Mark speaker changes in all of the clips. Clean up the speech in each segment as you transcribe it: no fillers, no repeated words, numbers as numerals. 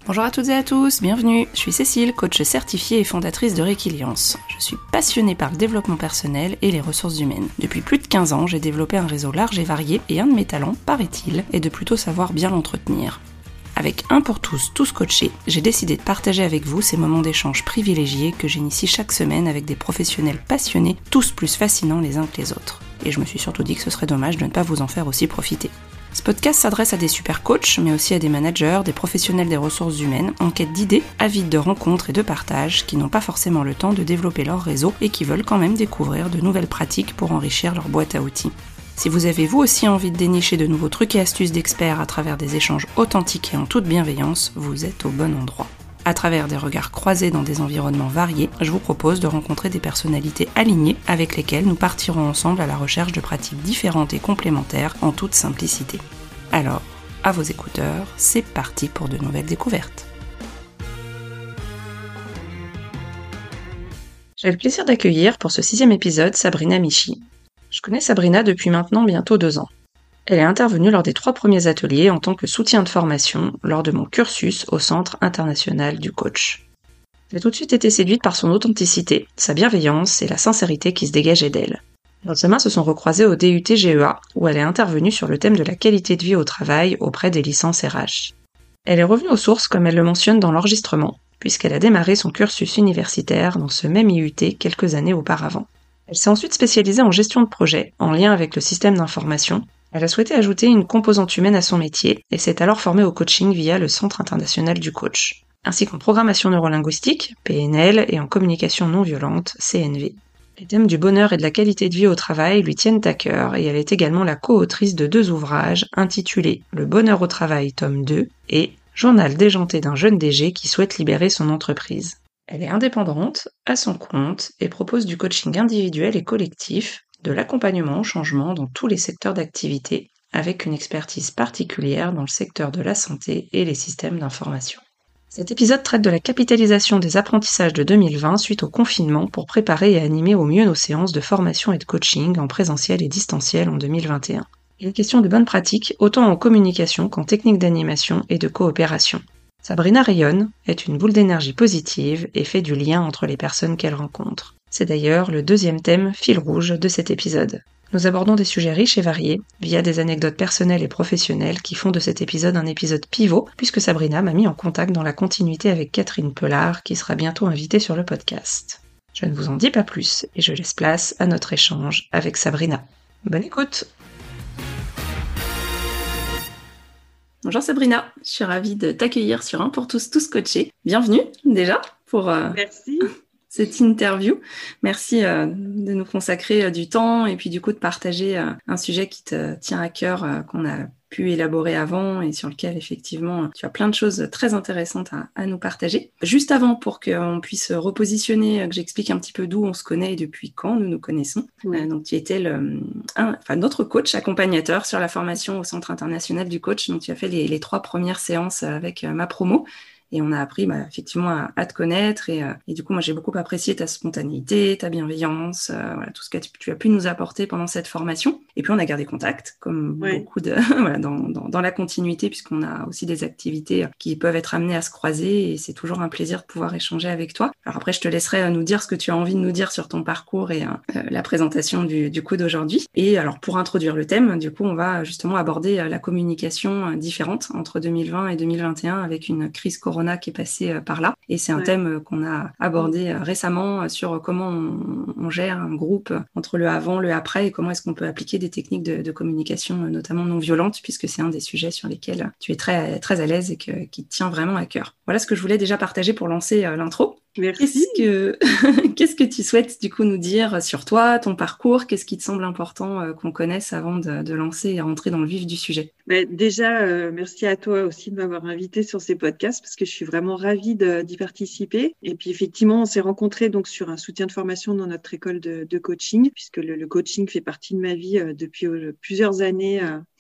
Speaker 1: Bonjour à toutes et à tous, bienvenue. Je suis Cécile, coach certifiée et fondatrice de Réquiliance. Je suis passionnée par le développement personnel et les ressources humaines. Depuis plus de 15 ans, j'ai développé un réseau large et varié et un de mes talents, paraît-il, est de plutôt savoir bien l'entretenir. Avec Un pour tous, tous coachés, j'ai décidé de partager avec vous ces moments d'échange privilégiés que j'initie chaque semaine avec des professionnels passionnés, tous plus fascinants les uns que les autres. Et je me suis surtout dit que ce serait dommage de ne pas vous en faire aussi profiter. Ce podcast s'adresse à des super coachs, mais aussi à des managers, des professionnels des ressources humaines, en quête d'idées, avides de rencontres et de partage, qui n'ont pas forcément le temps de développer leur réseau et qui veulent quand même découvrir de nouvelles pratiques pour enrichir leur boîte à outils. Si vous avez vous aussi envie de dénicher de nouveaux trucs et astuces d'experts à travers des échanges authentiques et en toute bienveillance, vous êtes au bon endroit. À travers des regards croisés dans des environnements variés, je vous propose de rencontrer des personnalités alignées avec lesquelles nous partirons ensemble à la recherche de pratiques différentes et complémentaires en toute simplicité. Alors, à vos écouteurs, c'est parti pour de nouvelles découvertes. J'ai le plaisir d'accueillir pour ce 6e épisode Sabrina Michi. Je connais Sabrina depuis maintenant bientôt 2 ans. Elle est intervenue lors des 3 premiers ateliers en tant que soutien de formation lors de mon cursus au Centre international du coach. J'ai tout de suite été séduite par son authenticité, sa bienveillance et la sincérité qui se dégageait d'elle. Nos chemins se sont recroisés au DUT GEA, où elle est intervenue sur le thème de la qualité de vie au travail auprès des licences RH. Elle est revenue aux sources comme elle le mentionne dans l'enregistrement, puisqu'elle a démarré son cursus universitaire dans ce même IUT quelques années auparavant. Elle s'est ensuite spécialisée en gestion de projet, en lien avec le système d'information. Elle a souhaité ajouter une composante humaine à son métier et s'est alors formée au coaching via le Centre international du coach, ainsi qu'en programmation neurolinguistique, PNL, et en communication non violente, CNV. Les thèmes du bonheur et de la qualité de vie au travail lui tiennent à cœur et elle est également la co-autrice de 2 ouvrages intitulés Le bonheur au travail, tome 2 et Journal déjanté d'un jeune DG qui souhaite libérer son entreprise. Elle est indépendante, à son compte, et propose du coaching individuel et collectif, de l'accompagnement au changement dans tous les secteurs d'activité, avec une expertise particulière dans le secteur de la santé et les systèmes d'information. Cet épisode traite de la capitalisation des apprentissages de 2020 suite au confinement pour préparer et animer au mieux nos séances de formation et de coaching en présentiel et distanciel en 2021. Il est question de bonnes pratiques, autant en communication qu'en technique d'animation et de coopération. Sabrina rayonne, est une boule d'énergie positive et fait du lien entre les personnes qu'elle rencontre. C'est d'ailleurs le 2e thème fil rouge de cet épisode. Nous abordons des sujets riches et variés, via des anecdotes personnelles et professionnelles qui font de cet épisode un épisode pivot, puisque Sabrina m'a mis en contact dans la continuité avec Catherine Pelard, qui sera bientôt invitée sur le podcast. Je ne vous en dis pas plus, et je laisse place à notre échange avec Sabrina. Bonne écoute! Bonjour Sabrina, je suis ravie de t'accueillir sur Un pour tous, tous coachés. Bienvenue déjà pour
Speaker 2: Merci.
Speaker 1: Cette interview. Merci de nous consacrer du temps et puis du coup de partager un sujet qui te tient à cœur, qu'on a pu élaborer avant et sur lequel effectivement tu as plein de choses très intéressantes à nous partager. Juste avant, pour qu'on puisse repositionner, que j'explique un petit peu d'où on se connaît et depuis quand nous nous connaissons.
Speaker 2: Oui.
Speaker 1: Donc tu étais notre coach accompagnateur sur la formation au Centre international du coach. Donc tu as fait les 3 premières séances avec ma promo. Et on a appris effectivement à te connaître et du coup moi j'ai beaucoup apprécié ta spontanéité, ta bienveillance, voilà, tout ce que tu as pu nous apporter pendant cette formation. Et puis on a gardé contact comme beaucoup de voilà, dans la continuité, puisqu'on a aussi des activités qui peuvent être amenées à se croiser et c'est toujours un plaisir de pouvoir échanger avec toi. Alors après je te laisserai nous dire ce que tu as envie de nous dire sur ton parcours et la présentation du coup d'aujourd'hui. Et alors pour introduire le thème, du coup on va justement aborder la communication différente entre 2020 et 2021 avec une crise Corona qui est passée par là. Et c'est un thème qu'on a abordé récemment sur comment on gère un groupe entre le avant, le après et comment est-ce qu'on peut appliquer des techniques de communication notamment non violentes, puisque c'est un des sujets sur lesquels tu es très, très à l'aise et qui te tient vraiment à cœur. Voilà ce que je voulais déjà partager pour lancer l'intro.
Speaker 2: Merci.
Speaker 1: Qu'est-ce que tu souhaites du coup nous dire sur toi, ton parcours? Qu'est-ce qui te semble important qu'on connaisse avant de lancer et rentrer dans le vif du sujet?
Speaker 2: Déjà, merci à toi aussi de m'avoir invitée sur ces podcasts parce que je suis vraiment ravie d'y participer. Et puis effectivement, on s'est rencontrés donc sur un soutien de formation dans notre école de coaching, puisque le coaching fait partie de ma vie depuis plusieurs années.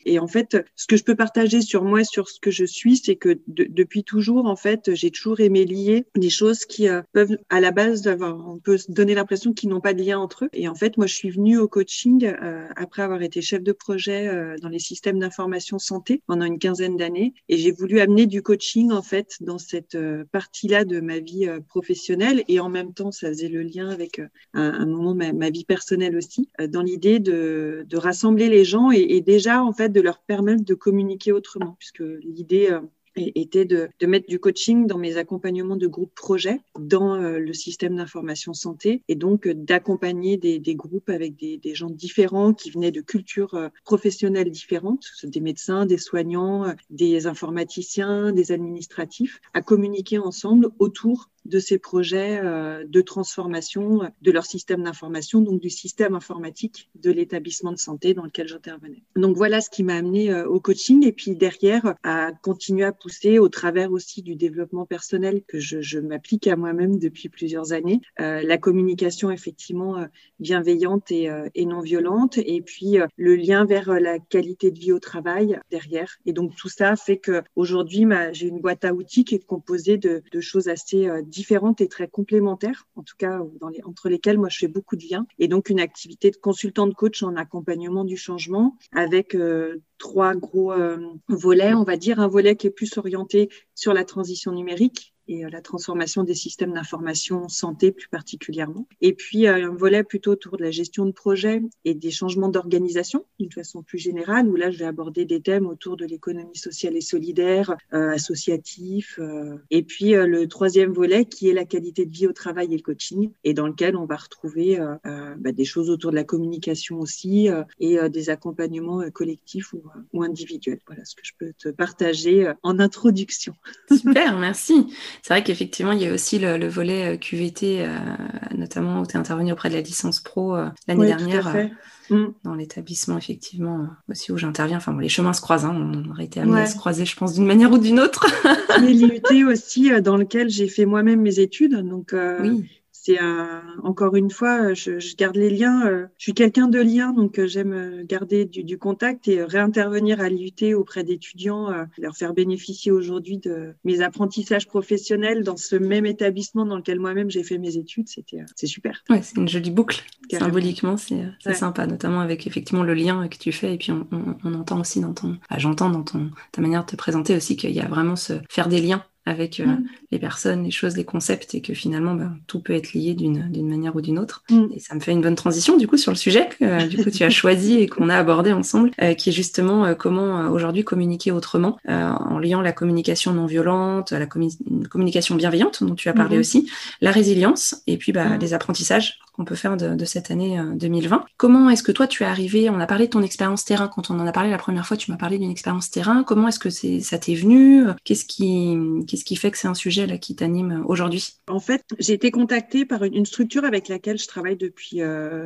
Speaker 2: Et en fait, ce que je peux partager sur moi, sur ce que je suis, c'est que depuis toujours, en fait, j'ai toujours aimé lier des choses qui peuvent, à la base, on peut se donner l'impression qu'ils n'ont pas de lien entre eux. Et en fait, moi, je suis venue au coaching après avoir été chef de projet dans les systèmes d'information santé pendant une quinzaine d'années. Et j'ai voulu amener du coaching, en fait, dans cette partie-là de ma vie professionnelle. Et en même temps, ça faisait le lien avec un moment ma vie personnelle aussi, dans l'idée de rassembler les gens et déjà, en fait, de leur permettre de communiquer autrement, puisque l'idée était de mettre du coaching dans mes accompagnements de groupes projets dans le système d'information santé et donc d'accompagner des groupes avec des gens différents qui venaient de cultures professionnelles différentes, des médecins, des soignants, des informaticiens, des administratifs, à communiquer ensemble autour de ces projets de transformation de leur système d'information, donc du système informatique de l'établissement de santé dans lequel j'intervenais. Donc voilà ce qui m'a amené au coaching et puis derrière à continuer à pousser au travers aussi du développement personnel que je m'applique à moi-même depuis plusieurs années, la communication effectivement bienveillante et non violente et puis le lien vers la qualité de vie au travail derrière. Et donc tout ça fait que aujourd'hui j'ai une boîte à outils qui est composée de choses assez différentes et très complémentaires, en tout cas entre lesquelles moi je fais beaucoup de liens. Et donc une activité de consultant de coach en accompagnement du changement avec 3 gros volets, on va dire. Un volet qui est plus orienté sur la transition numérique et la transformation des systèmes d'information santé plus particulièrement. Et puis un volet plutôt autour de la gestion de projet et des changements d'organisation d'une façon plus générale, où là je vais aborder des thèmes autour de l'économie sociale et solidaire, associatif. Et puis le 3e volet qui est la qualité de vie au travail et le coaching, et dans lequel on va retrouver des choses autour de la communication aussi et des accompagnements collectifs ou individuels. Voilà ce que je peux te partager en introduction.
Speaker 1: Super, merci. C'est vrai qu'effectivement, il y a aussi le volet QVT, notamment où tu es intervenu auprès de la licence pro l'année dernière dans l'établissement, effectivement, aussi où j'interviens. Enfin, bon, les chemins se croisent, hein, on aurait été amenés à se croiser, je pense, d'une manière ou d'une autre.
Speaker 2: Et l'IUT aussi, dans lequel j'ai fait moi-même mes études. Donc,
Speaker 1: oui.
Speaker 2: C'est encore une fois, je garde les liens. Je suis quelqu'un de lien, donc j'aime garder du contact et réintervenir à l'IUT auprès d'étudiants, leur faire bénéficier aujourd'hui de mes apprentissages professionnels dans ce même établissement dans lequel moi-même j'ai fait mes études. C'est super.
Speaker 1: Ouais, c'est une jolie boucle.
Speaker 2: Carrément.
Speaker 1: Symboliquement, c'est sympa, notamment avec effectivement le lien que tu fais. Et puis on entend aussi j'entends dans ta manière de te présenter aussi qu'il y a vraiment faire des liens avec les personnes, les choses, les concepts, et que finalement, tout peut être lié d'une manière ou d'une autre. Et ça me fait une bonne transition, du coup, sur le sujet que du coup, tu as choisi et qu'on a abordé ensemble, qui est justement comment aujourd'hui communiquer autrement, en liant la communication non violente, la communication bienveillante, dont tu as parlé aussi, la résilience, et puis les apprentissages qu'on peut faire de cette année 2020. Comment est-ce que toi, tu es arrivé, on a parlé de ton expérience terrain, quand on en a parlé la première fois, tu m'as parlé d'une expérience terrain, comment est-ce que ça t'est venu? Qu'est-ce qui fait que c'est un sujet là qui t'anime aujourd'hui?
Speaker 2: En fait, j'ai été contactée par une structure avec laquelle je travaille depuis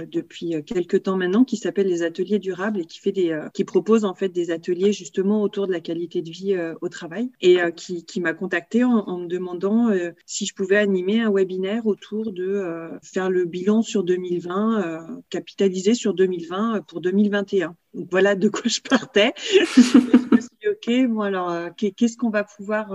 Speaker 2: quelques temps maintenant, qui s'appelle les Ateliers Durables et qui propose en fait des ateliers justement autour de la qualité de vie au travail, et qui m'a contactée en me demandant si je pouvais animer un webinaire autour de faire le bilan sur 2020, capitaliser sur 2020 pour 2021. Donc voilà de quoi je partais. Je me suis dit, ok, bon alors qu'est-ce qu'on va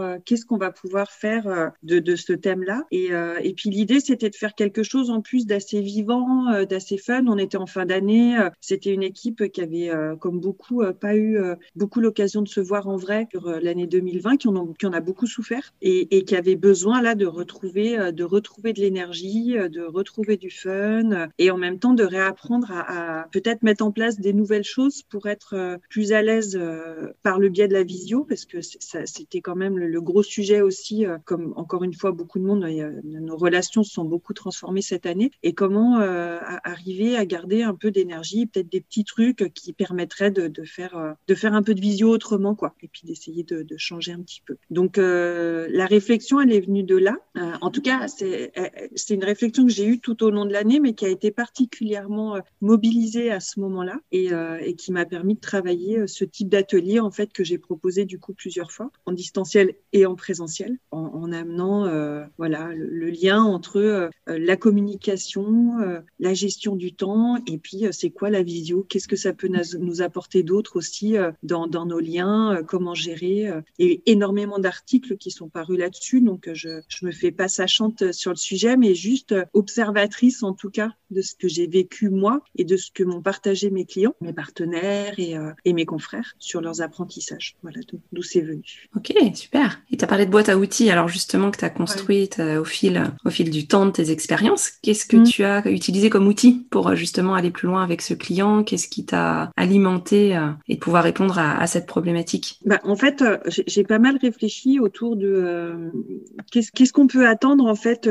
Speaker 2: pouvoir faire de ce thème-là, et puis l'idée c'était de faire quelque chose en plus d'assez vivant, d'assez fun. On était en fin d'année, c'était une équipe qui avait comme beaucoup pas eu beaucoup l'occasion de se voir en vrai sur l'année 2020, qui en a beaucoup souffert et qui avait besoin là de retrouver de l'énergie, de retrouver du fun, et en même temps de réapprendre à peut-être mettre en place des nouvelles choses pour être plus à l'aise par le biais de la visio, parce que c'était quand même le gros sujet aussi, comme encore une fois beaucoup de monde, nos relations se sont beaucoup transformées cette année, et comment arriver à garder un peu d'énergie, peut-être des petits trucs qui permettraient de faire un peu de visio autrement, quoi, et puis d'essayer de changer un petit peu. Donc la réflexion, elle est venue de là. En tout cas, c'est une réflexion que j'ai eue tout au long de l'année, mais qui a été particulièrement mobilisée à ce moment-là, et qui m'a permis de travailler ce type d'atelier en fait que j'ai proposé proposé du coup plusieurs fois, en distanciel et en présentiel, en amenant le lien entre la communication, la gestion du temps, et puis c'est quoi la visio, qu'est-ce que ça peut nous apporter d'autre aussi dans nos liens, comment gérer. Et énormément d'articles qui sont parus là-dessus, donc je me fais pas sachante sur le sujet, mais juste observatrice en tout cas de ce que j'ai vécu moi et de ce que m'ont partagé mes clients, mes partenaires et mes confrères sur leurs apprentissages. Voilà d'où c'est venu.
Speaker 1: Ok, super. Et tu as parlé de boîte à outils, alors justement que tu as construite au fil du temps de tes expériences. Qu'est-ce que tu as utilisé comme outil pour justement aller plus loin avec ce client? Qu'est-ce qui t'a alimenté et de pouvoir répondre à cette problématique?
Speaker 2: En fait, j'ai pas mal réfléchi autour de qu'est-ce qu'on peut attendre en fait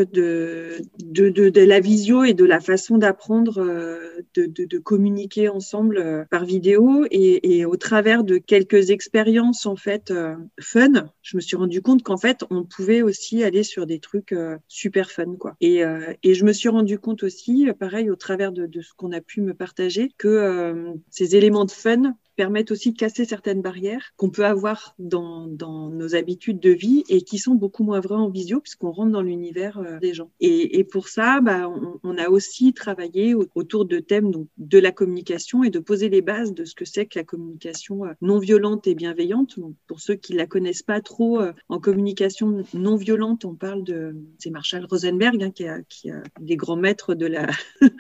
Speaker 2: de la visio et de la façon d'apprendre de communiquer ensemble par vidéo et au travers de quelques expériences en fait fun, je me suis rendu compte qu'en fait on pouvait aussi aller sur des trucs super fun quoi. Et je me suis rendu compte aussi, pareil au travers de ce qu'on a pu me partager, que ces éléments de fun permettent aussi de casser certaines barrières qu'on peut avoir dans nos habitudes de vie et qui sont beaucoup moins vraies en visio puisqu'on rentre dans l'univers des gens. Et pour ça, on a aussi travaillé autour de thèmes donc, de la communication et de poser les bases de ce que c'est que la communication non violente et bienveillante. Donc, pour ceux qui la connaissent pas trop, en communication non violente, on parle c'est Marshall Rosenberg qui a des grands maîtres de la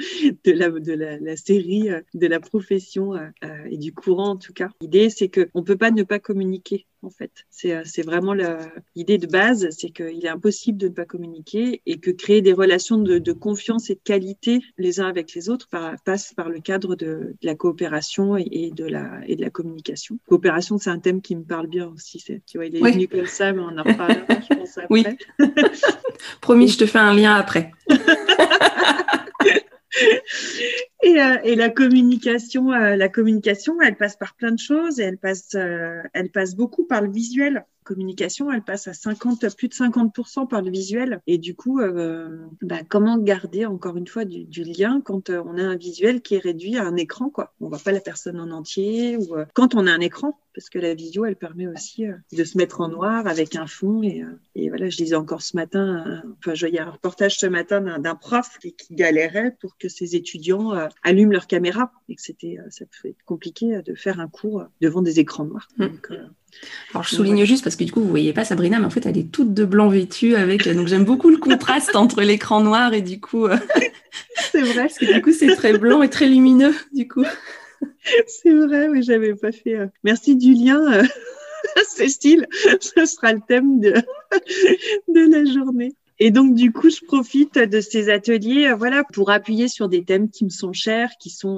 Speaker 2: la série, de la profession et du courant en tout cas. L'idée, c'est qu'on peut pas ne pas communiquer, en fait. C'est vraiment l'idée de base, c'est qu'il est impossible de ne pas communiquer et que créer des relations de confiance et de qualité les uns avec les autres passe par le cadre de la coopération et de la communication. Coopération, c'est un thème qui me parle bien aussi. Tu vois, il est venu comme ça, mais on en reparlera, je pense, après.
Speaker 1: Oui. Promis, je te fais un lien après.
Speaker 2: Et la communication, elle passe par plein de choses et elle passe beaucoup par le visuel. Communication, elle passe à plus de 50% par le visuel. Et du coup, comment garder encore une fois du lien quand on a un visuel qui est réduit à un écran, quoi. On voit pas la personne en entier ou quand on a un écran, parce que la visio, elle permet aussi de se mettre en noir avec un fond. Et voilà, je lisais encore ce matin, il y a un reportage ce matin d'un prof qui galérait pour que ses étudiants allument leur caméra et que ça peut être compliqué de faire un cours devant des écrans noirs. Donc,
Speaker 1: alors je souligne juste parce que du coup vous voyez pas Sabrina, mais en fait elle est toute de blanc vêtue avec, donc j'aime beaucoup le contraste entre l'écran noir et du coup
Speaker 2: c'est vrai
Speaker 1: parce que du coup c'est très blanc et très lumineux du coup.
Speaker 2: C'est vrai, oui, j'avais pas fait. Merci du lien, Cécile. Ce sera le thème de la journée. Et donc, du coup, je profite de ces ateliers, pour appuyer sur des thèmes qui me sont chers, qui sont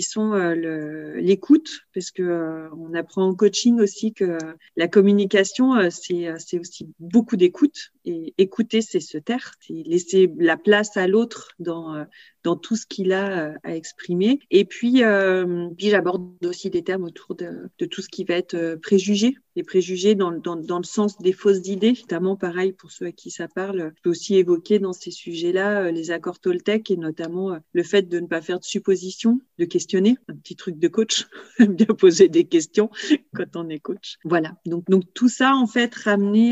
Speaker 2: l'écoute, parce que on apprend en coaching aussi que la communication, c'est aussi beaucoup d'écoute. Et écouter, c'est se taire, c'est laisser la place à l'autre dans tout ce qu'il a à exprimer. Et puis j'aborde aussi des termes autour de tout ce qui va être préjugés. Les préjugés dans le sens des fausses idées, notamment pareil pour ceux à qui ça parle. Je peux aussi évoquer dans ces sujets-là les accords Toltec et notamment le fait de ne pas faire de suppositions, de questionner, un petit truc de coach, bien poser des questions quand on est coach. Voilà. Donc tout ça en fait ramener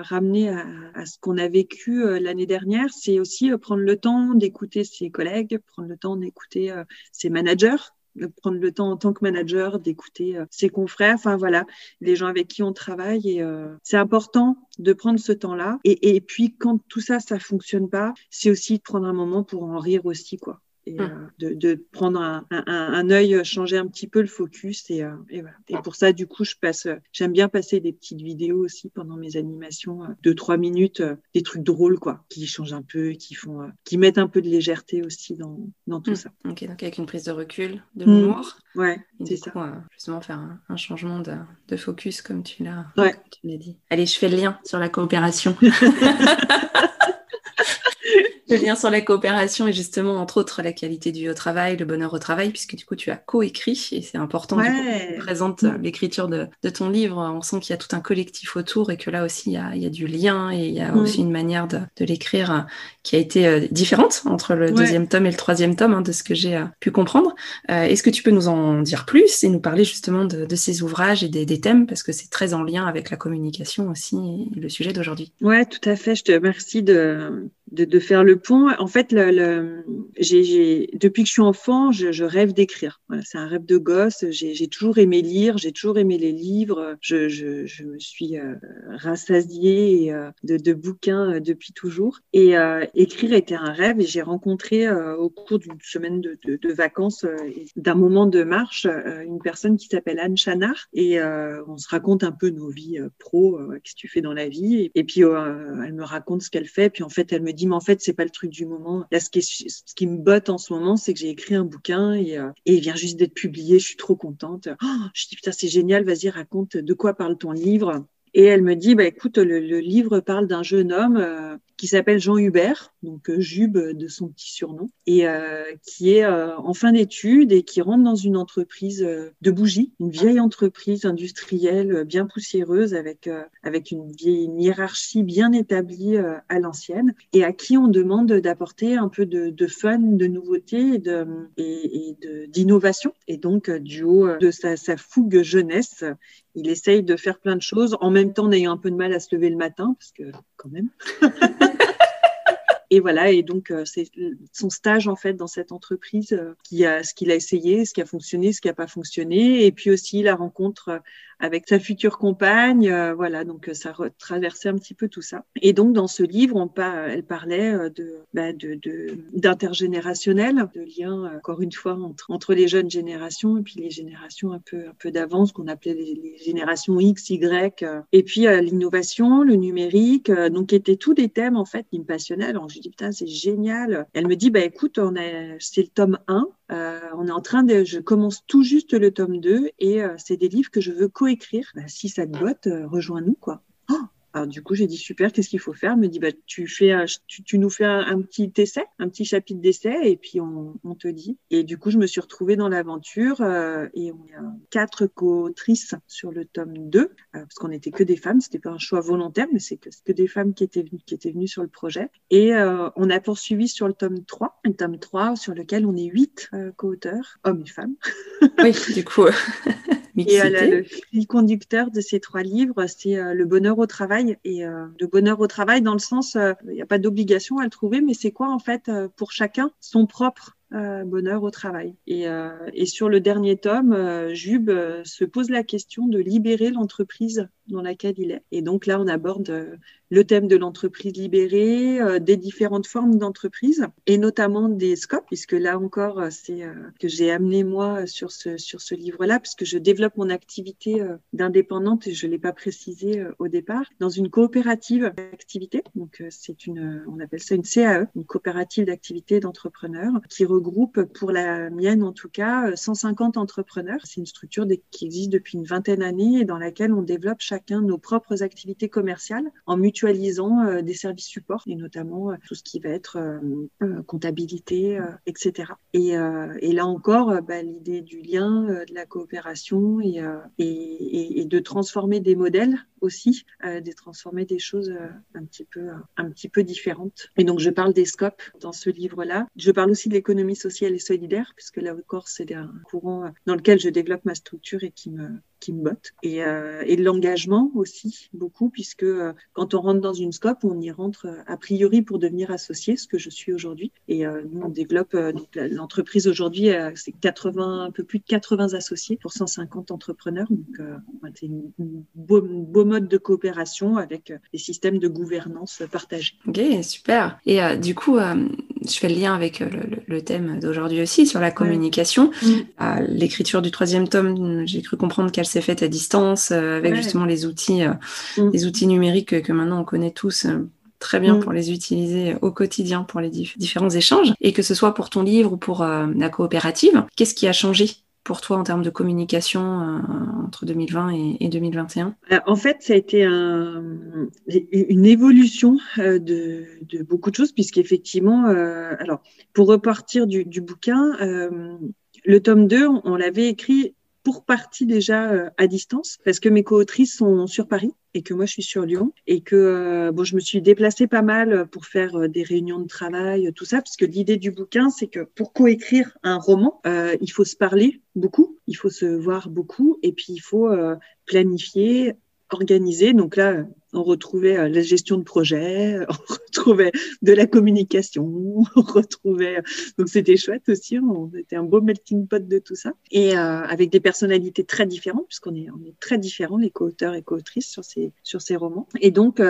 Speaker 2: à ce qu'on a vécu l'année dernière, c'est aussi prendre le temps d'écouter ses collègues, prendre le temps d'écouter ses managers, prendre le temps en tant que manager d'écouter ses confrères, enfin voilà, les gens avec qui on travaille et c'est important de prendre ce temps-là et puis quand tout ça fonctionne pas, c'est aussi de prendre un moment pour en rire aussi quoi. Et de prendre un œil, changer un petit peu le focus et voilà. Et pour ça, du coup, j'aime bien passer des petites vidéos aussi pendant mes animations, 2-3 minutes, des trucs drôles, quoi, qui changent un peu, qui mettent un peu de légèreté aussi dans tout ça.
Speaker 1: Ok, donc avec une prise de recul, de l'humour.
Speaker 2: Ouais,
Speaker 1: et
Speaker 2: c'est
Speaker 1: du coup,
Speaker 2: ça.
Speaker 1: justement faire un changement de focus comme tu l'as
Speaker 2: dit.
Speaker 1: Allez, je fais le lien sur la coopération. Le lien sur la coopération et justement, entre autres, la qualité du vie au travail, le bonheur au travail, puisque du coup, tu as coécrit et c'est important du coup, que tu présentes l'écriture de ton livre. On sent qu'il y a tout un collectif autour et que là aussi, il y a du lien et il y a aussi une manière de l'écrire qui a été différente entre le deuxième tome et le troisième tome, de ce que j'ai pu comprendre. Est-ce que tu peux nous en dire plus et nous parler justement de ces ouvrages et des thèmes, parce que c'est très en lien avec la communication aussi et le sujet d'aujourd'hui.
Speaker 2: Ouais, tout à fait. Je te remercie de faire le pont. En fait, depuis que je suis enfant, je rêve d'écrire. Voilà, c'est un rêve de gosse. J'ai toujours aimé lire, j'ai toujours aimé les livres. Je me suis rassasiée de bouquins depuis toujours. Et écrire était un rêve. Et j'ai rencontré au cours d'une semaine de vacances, d'un moment de marche, une personne qui s'appelle Anne Chanard. Et on se raconte un peu nos vies pro, qu'est-ce que tu fais dans la vie. Et puis elle me raconte ce qu'elle fait. Puis en fait, elle me dit, mais en fait, c'est pas le truc du moment. Là, ce qui me botte en ce moment, c'est que j'ai écrit un bouquin et il vient juste d'être publié. Je suis trop contente. Oh, je dis, putain, c'est génial. Vas-y, raconte de quoi parle ton livre. Et elle me dit, bah écoute, le livre parle d'un jeune homme qui s'appelle Jean Hubert, donc Jube de son petit surnom, et qui est en fin d'études et qui rentre dans une entreprise de bougies, une vieille entreprise industrielle bien poussiéreuse avec une hiérarchie bien établie à l'ancienne, et à qui on demande d'apporter un peu de fun, de nouveauté et d'innovation. Et donc, du haut de sa fougue jeunesse, il essaye de faire plein de choses, en même temps en ayant un peu de mal à se lever le matin, parce que quand même. Et voilà, et donc c'est son stage en fait dans cette entreprise ce qu'il a essayé, ce qui a fonctionné, ce qui n'a pas fonctionné, et puis aussi la rencontre avec sa future compagne, voilà, donc ça traversait un petit peu tout ça. Et donc dans ce livre, elle parlait d'intergénérationnel, de lien encore une fois entre les jeunes générations et puis les générations un peu d'avance qu'on appelait les générations X, Y, et puis l'innovation, le numérique, donc étaient tous des thèmes en fait qui me passionnaient. Alors je dis putain, c'est génial. Elle me dit bah écoute, c'est le tome 1. Je commence tout juste le tome 2 et c'est des livres que je veux coécrire. Bah, si ça te botte, rejoins-nous, quoi. Oh, alors du coup, j'ai dit super, qu'est-ce qu'il faut faire? Elle me dit bah tu nous fais un petit essai, un petit chapitre d'essai et puis on te dit. Et du coup, je me suis retrouvée dans l'aventure et on est 4 co-autrices sur le tome 2 parce qu'on n'était que des femmes, c'était pas un choix volontaire, mais c'est que des femmes qui étaient venues sur le projet. Et on a poursuivi sur le tome 3, un tome 3 sur lequel on est 8 co-auteurs, hommes et femmes.
Speaker 1: Oui, du coup.
Speaker 2: Et le fil conducteur de ces 3 livres, c'est le bonheur au travail. Et le bonheur au travail, dans le sens, il n'y a pas d'obligation à le trouver, mais c'est quoi en fait pour chacun son propre bonheur au travail. Et sur le dernier tome, Jube se pose la question de libérer l'entreprise dans laquelle il est. Et donc là, on aborde le thème de l'entreprise libérée, des différentes formes d'entreprise et notamment des scopes, puisque là encore, c'est que j'ai amené moi sur ce livre-là, puisque je développe mon activité d'indépendante et je l'ai pas précisé au départ, dans une coopérative d'activité. Donc on appelle ça une CAE, une coopérative d'activité d'entrepreneurs, qui regroupe pour la mienne en tout cas 150 entrepreneurs. C'est une structure qui existe depuis une vingtaine d'années et dans laquelle on développe chacun nos propres activités commerciales en mutualisant des services supports et notamment tout ce qui va être comptabilité, etc. Et là encore, l'idée du lien, de la coopération et de transformer des modèles aussi, de transformer des choses un petit peu différentes. Et donc, je parle des scopes dans ce livre-là. Je parle aussi de l'économie sociale et solidaire, puisque là encore, c'est un courant dans lequel je développe ma structure et qui me botte. Et de l'engagement aussi, beaucoup, puisque quand on rentre dans une scope, on y rentre a priori pour devenir associé, ce que je suis aujourd'hui. Et nous, on développe, donc l'entreprise aujourd'hui, c'est un peu plus de 80 associés pour 150 entrepreneurs. Donc, c'est un beau mode de coopération avec des systèmes de gouvernance partagés.
Speaker 1: Ok, super. Et du coup, je fais le lien avec le thème d'aujourd'hui aussi sur la communication. Ouais. L'écriture du 3e tome, j'ai cru comprendre qu'elle s'est faite à distance avec justement les outils numériques que maintenant on connaît tous. Très bien pour les utiliser au quotidien pour les différents échanges. Et que ce soit pour ton livre ou pour la coopérative, qu'est-ce qui a changé pour toi en termes de communication entre 2020 et 2021?
Speaker 2: En fait, ça a été une évolution de beaucoup de choses, puisqu'effectivement, alors, pour repartir du bouquin, le tome 2, on l'avait écrit pour partie déjà à distance, parce que mes co-autrices sont sur Paris et que moi je suis sur Lyon, et que bon, je me suis déplacée pas mal pour faire des réunions de travail, tout ça, parce que l'idée du bouquin, c'est que pour coécrire un roman, il faut se parler beaucoup, il faut se voir beaucoup, et puis il faut planifier, organiser. Donc là, on retrouvait la gestion de projet, on retrouvait de la communication, on retrouvait... Donc c'était chouette aussi, on était un beau melting pot de tout ça. Et avec des personnalités très différentes, puisqu'on est très différents, les co-auteurs et co-autrices sur ces romans. Et donc,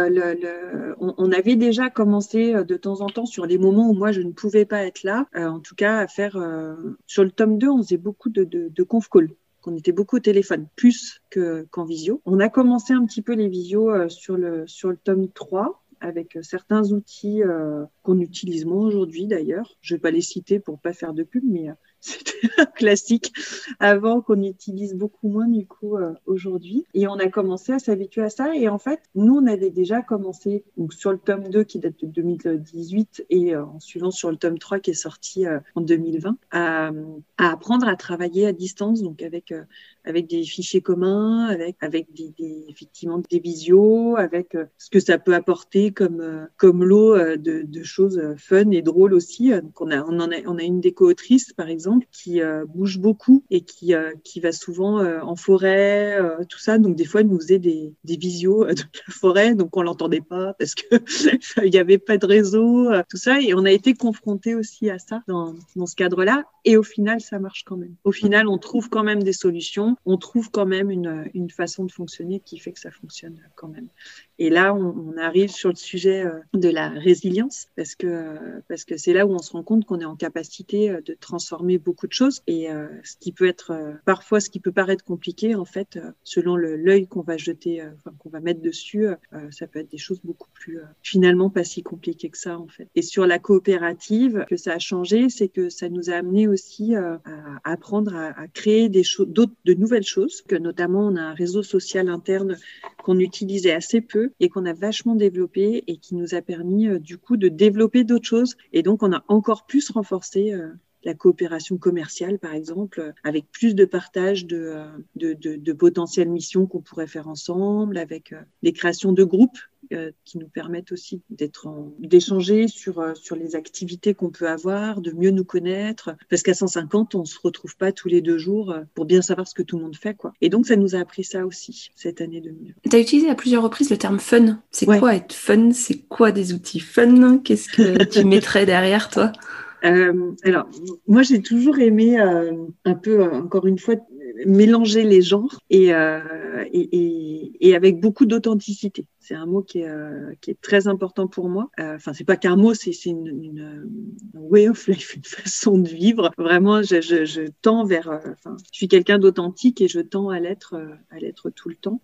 Speaker 2: on avait déjà commencé de temps en temps sur les moments où moi je ne pouvais pas être là, en tout cas à faire... sur le tome 2, on faisait beaucoup de conf call. Qu'on était beaucoup au téléphone, plus qu'en visio. On a commencé un petit peu les visios sur le tome 3 avec certains outils qu'on utilise moins aujourd'hui d'ailleurs. Je vais pas les citer pour pas faire de pub, mais c'était un classique avant qu'on utilise beaucoup moins du coup aujourd'hui. Et on a commencé à s'habituer à ça. Et en fait, nous, on avait déjà commencé donc, sur le tome 2 qui date de 2018 et en suivant sur le tome 3 qui est sorti en 2020 à apprendre à travailler à distance, donc avec des fichiers communs, avec effectivement des visios, avec ce que ça peut apporter comme lot de choses fun et drôles aussi. Donc on a une des co-autrices par exemple qui bouge beaucoup et qui va souvent en forêt, tout ça. Donc des fois elle nous faisait des visios de la forêt, donc on l'entendait pas parce que il y avait pas de réseau, tout ça. Et on a été confrontés aussi à ça dans ce cadre-là. Et au final, ça marche quand même. Au final, on trouve quand même des solutions. On trouve quand même une façon de fonctionner qui fait que ça fonctionne quand même. Et là, on arrive sur le sujet de la résilience parce que c'est là où on se rend compte qu'on est en capacité de transformer beaucoup de choses. Et ce qui peut être parfois, ce qui peut paraître compliqué, en fait, selon l'œil qu'on va jeter, qu'on va mettre dessus, ça peut être des choses beaucoup plus finalement pas si compliquées que ça, en fait. Et sur la coopérative, que ça a changé, c'est que ça nous a amené aussi à apprendre à créer de nouvelles choses, que notamment on a un réseau social interne qu'on utilisait assez peu et qu'on a vachement développé et qui nous a permis du coup de développer d'autres choses. Et donc on a encore plus renforcé la coopération commerciale, par exemple, avec plus de partage de potentielles missions qu'on pourrait faire ensemble, avec des créations de groupes qui nous permettent aussi d'échanger sur les activités qu'on peut avoir, de mieux nous connaître, parce qu'à 150, on se retrouve pas tous les 2 jours pour bien savoir ce que tout le monde fait, quoi. Et donc, ça nous a appris ça aussi, cette année 2000.
Speaker 1: Tu as utilisé à plusieurs reprises le terme fun. C'est quoi être fun? C'est quoi des outils fun? Qu'est-ce que tu mettrais derrière, toi?
Speaker 2: Alors, moi, j'ai toujours aimé un peu, encore une fois, mélanger les genres et avec beaucoup d'authenticité. C'est un mot qui est très important pour moi. Enfin, c'est pas qu'un mot, c'est une way of life, une façon de vivre. Vraiment, je tends vers. Enfin, je suis quelqu'un d'authentique et je tends à l'être tout le temps.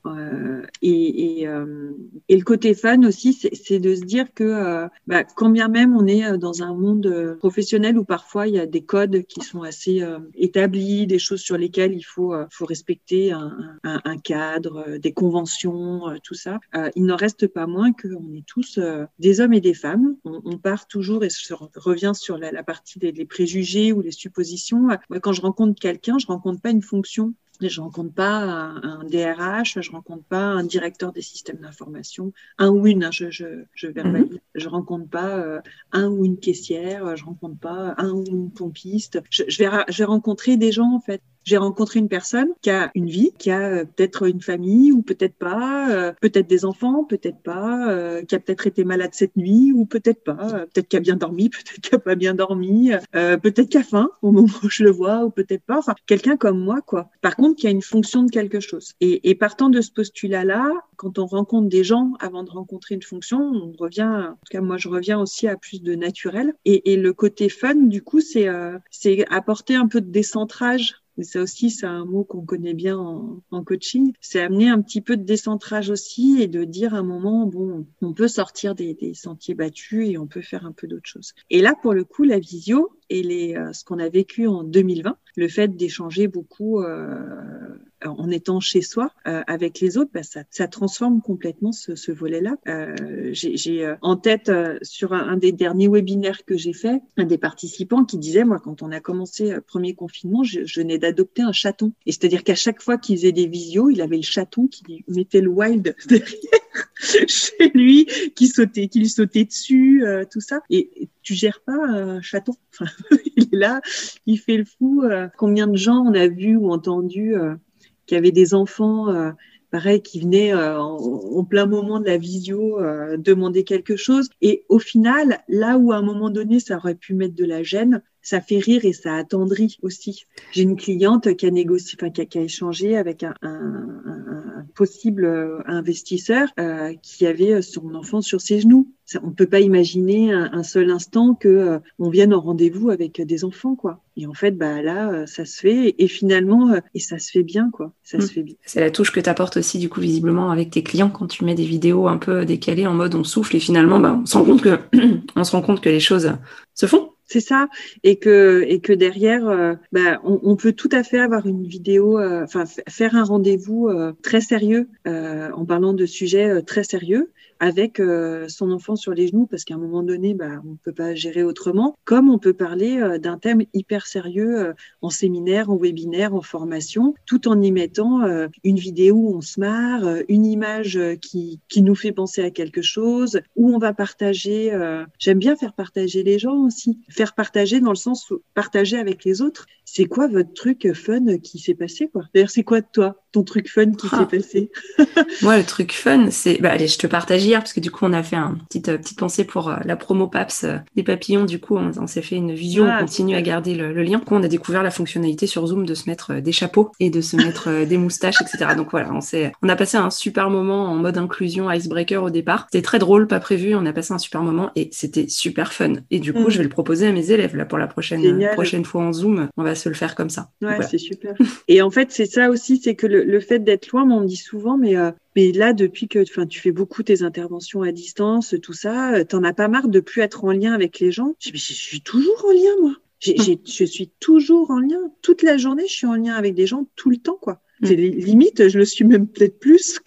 Speaker 2: Et le côté fun aussi, c'est de se dire que quand bien même on est dans un monde professionnel où parfois il y a des codes qui sont assez établis, des choses sur lesquelles il faut respecter un cadre, des conventions, tout ça. Il n'en reste pas moins qu'on est tous des hommes et des femmes. On part toujours, et je reviens sur la partie des préjugés ou les suppositions. Moi, quand je rencontre quelqu'un, je rencontre pas une fonction. Je rencontre pas un DRH, je rencontre pas un directeur des systèmes d'information, un ou une, je verbalise. Je rencontre pas un ou une caissière, je rencontre pas un ou une pompiste. Je vais rencontrer des gens, en fait. J'ai rencontré une personne qui a une vie, qui a peut-être une famille ou peut-être pas, peut-être des enfants, peut-être pas, qui a peut-être été malade cette nuit ou peut-être pas, peut-être qui a bien dormi, peut-être qui a pas bien dormi, peut-être qui a faim au moment où je le vois ou peut-être pas. Enfin, quelqu'un comme moi, quoi. Par contre, qui a une fonction de quelque chose. Et partant de ce postulat-là, quand on rencontre des gens avant de rencontrer une fonction, on revient, en tout cas moi je reviens aussi à plus de naturel. Et le côté fun, du coup, c'est apporter un peu de décentrage Et ça aussi, c'est un mot qu'on connaît bien en coaching. C'est amener un petit peu de décentrage aussi et de dire à un moment, bon, on peut sortir des sentiers battus et on peut faire un peu d'autres choses. Et là, pour le coup, la visio et ce qu'on a vécu en 2020, le fait d'échanger beaucoup en étant chez soi avec les autres, ça transforme complètement ce volet-là. J'ai en tête sur un des derniers webinaires que j'ai fait, un des participants qui disait, moi, quand on a commencé premier confinement, je venais d'adopter un chaton. Et c'est-à-dire qu'à chaque fois qu'il faisait des visios, il avait le chaton qui mettait le wild derrière chez lui, qui lui sautait dessus, tout ça. Et tu gères pas un chaton. Enfin, il est là, il fait le fou. Combien de gens on a vu ou entendu qui avaient des enfants, pareil, qui venaient en plein moment de la visio demander quelque chose. Et au final, là où à un moment donné, ça aurait pu mettre de la gêne, ça fait rire et ça attendrit aussi. J'ai une cliente qui a négocié, enfin qui a échangé avec un possible investisseur qui avait son enfant sur ses genoux. On ne peut pas imaginer un seul instant que on vienne en rendez-vous avec des enfants, quoi. Et en fait, là, ça se fait et finalement, et ça se fait bien, quoi. Ça se fait bien.
Speaker 1: C'est la touche que tu apportes aussi, du coup, visiblement, avec tes clients quand tu mets des vidéos un peu décalées en mode on souffle et finalement, on se rend compte que les choses se font.
Speaker 2: C'est ça, et que derrière, on peut tout à fait avoir une vidéo, faire un rendez-vous très sérieux en parlant de sujets très sérieux avec son enfant sur les genoux, parce qu'à un moment donné, on peut pas gérer autrement. Comme on peut parler d'un thème hyper sérieux en séminaire, en webinaire, en formation, tout en y mettant une vidéo où on se marre, une image qui nous fait penser à quelque chose, où on va partager. J'aime bien faire partager les gens aussi. Faire partager dans le sens où partager avec les autres. C'est quoi votre truc fun qui s'est passé, quoi? D'ailleurs, c'est quoi toi, ton truc fun qui s'est passé?
Speaker 1: Moi, le truc fun, c'est... allez, je te partage hier, parce que du coup, on a fait une petite pensée pour la promo PAPS des papillons. Du coup, on s'est fait une visio, on continue à garder le lien. Du coup, on a découvert la fonctionnalité sur Zoom de se mettre des chapeaux et de se mettre des moustaches, etc. Donc voilà, on a passé un super moment en mode inclusion, icebreaker au départ. C'était très drôle, pas prévu, on a passé un super moment et c'était super fun. Et du coup, je vais le proposer à mes élèves là pour la prochaine fois en Zoom. On va se le faire comme ça.
Speaker 2: Ouais, voilà. C'est super. Et en fait, c'est ça aussi, c'est que le fait d'être loin, on me dit souvent, mais là, depuis que tu fais beaucoup tes interventions à distance, tout ça, t'en as pas marre de plus être en lien avec les gens? Je suis toujours en lien, moi. Je suis toujours en lien. Toute la journée, je suis en lien avec des gens tout le temps, quoi. C'est limite, je le suis même peut-être plus